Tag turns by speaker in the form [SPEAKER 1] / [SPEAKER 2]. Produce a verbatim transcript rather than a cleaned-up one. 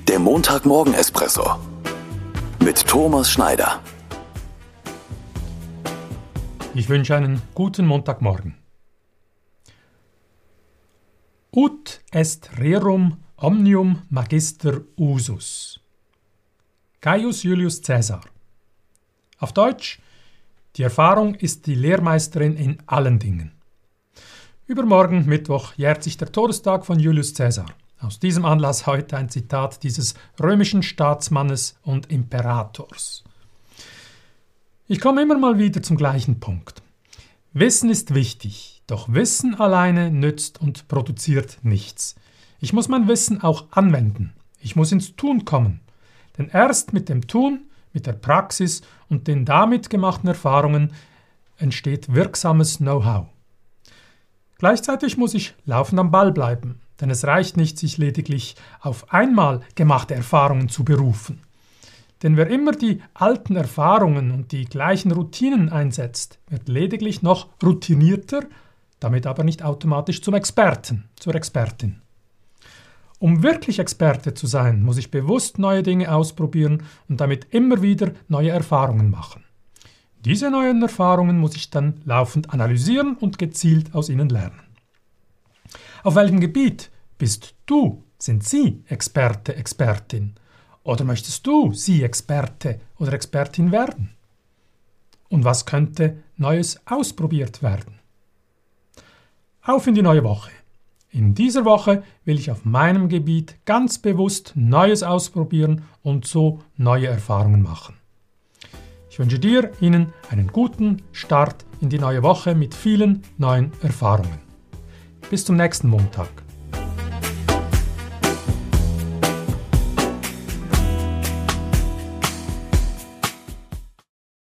[SPEAKER 1] Der Montagmorgen-Espresso mit Thomas Schneider.
[SPEAKER 2] Ich wünsche einen guten Montagmorgen. Ut est rerum omnium magister usus. Gaius Julius Caesar. Auf Deutsch: Die Erfahrung ist die Lehrmeisterin in allen Dingen. Übermorgen, Mittwoch, jährt sich der Todestag von Julius Caesar. Aus diesem Anlass heute ein Zitat dieses römischen Staatsmannes und Imperators. Ich komme immer mal wieder zum gleichen Punkt. Wissen ist wichtig, doch Wissen alleine nützt und produziert nichts. Ich muss mein Wissen auch anwenden. Ich muss ins Tun kommen. Denn erst mit dem Tun, mit der Praxis und den damit gemachten Erfahrungen entsteht wirksames Know-how. Gleichzeitig muss ich laufend am Ball bleiben, denn es reicht nicht, sich lediglich auf einmal gemachte Erfahrungen zu berufen. Denn wer immer die alten Erfahrungen und die gleichen Routinen einsetzt, wird lediglich noch routinierter, damit aber nicht automatisch zum Experten, zur Expertin. Um wirklich Experte zu sein, muss ich bewusst neue Dinge ausprobieren und damit immer wieder neue Erfahrungen machen. Diese neuen Erfahrungen muss ich dann laufend analysieren und gezielt aus ihnen lernen. Auf welchem Gebiet bist du, sind Sie Experte, Expertin? Oder möchtest du Sie Experte oder Expertin werden? Und was könnte Neues ausprobiert werden? Auf in die neue Woche. In dieser Woche will ich auf meinem Gebiet ganz bewusst Neues ausprobieren und so neue Erfahrungen machen. Ich wünsche dir, Ihnen einen guten Start in die neue Woche mit vielen neuen Erfahrungen. Bis zum nächsten Montag.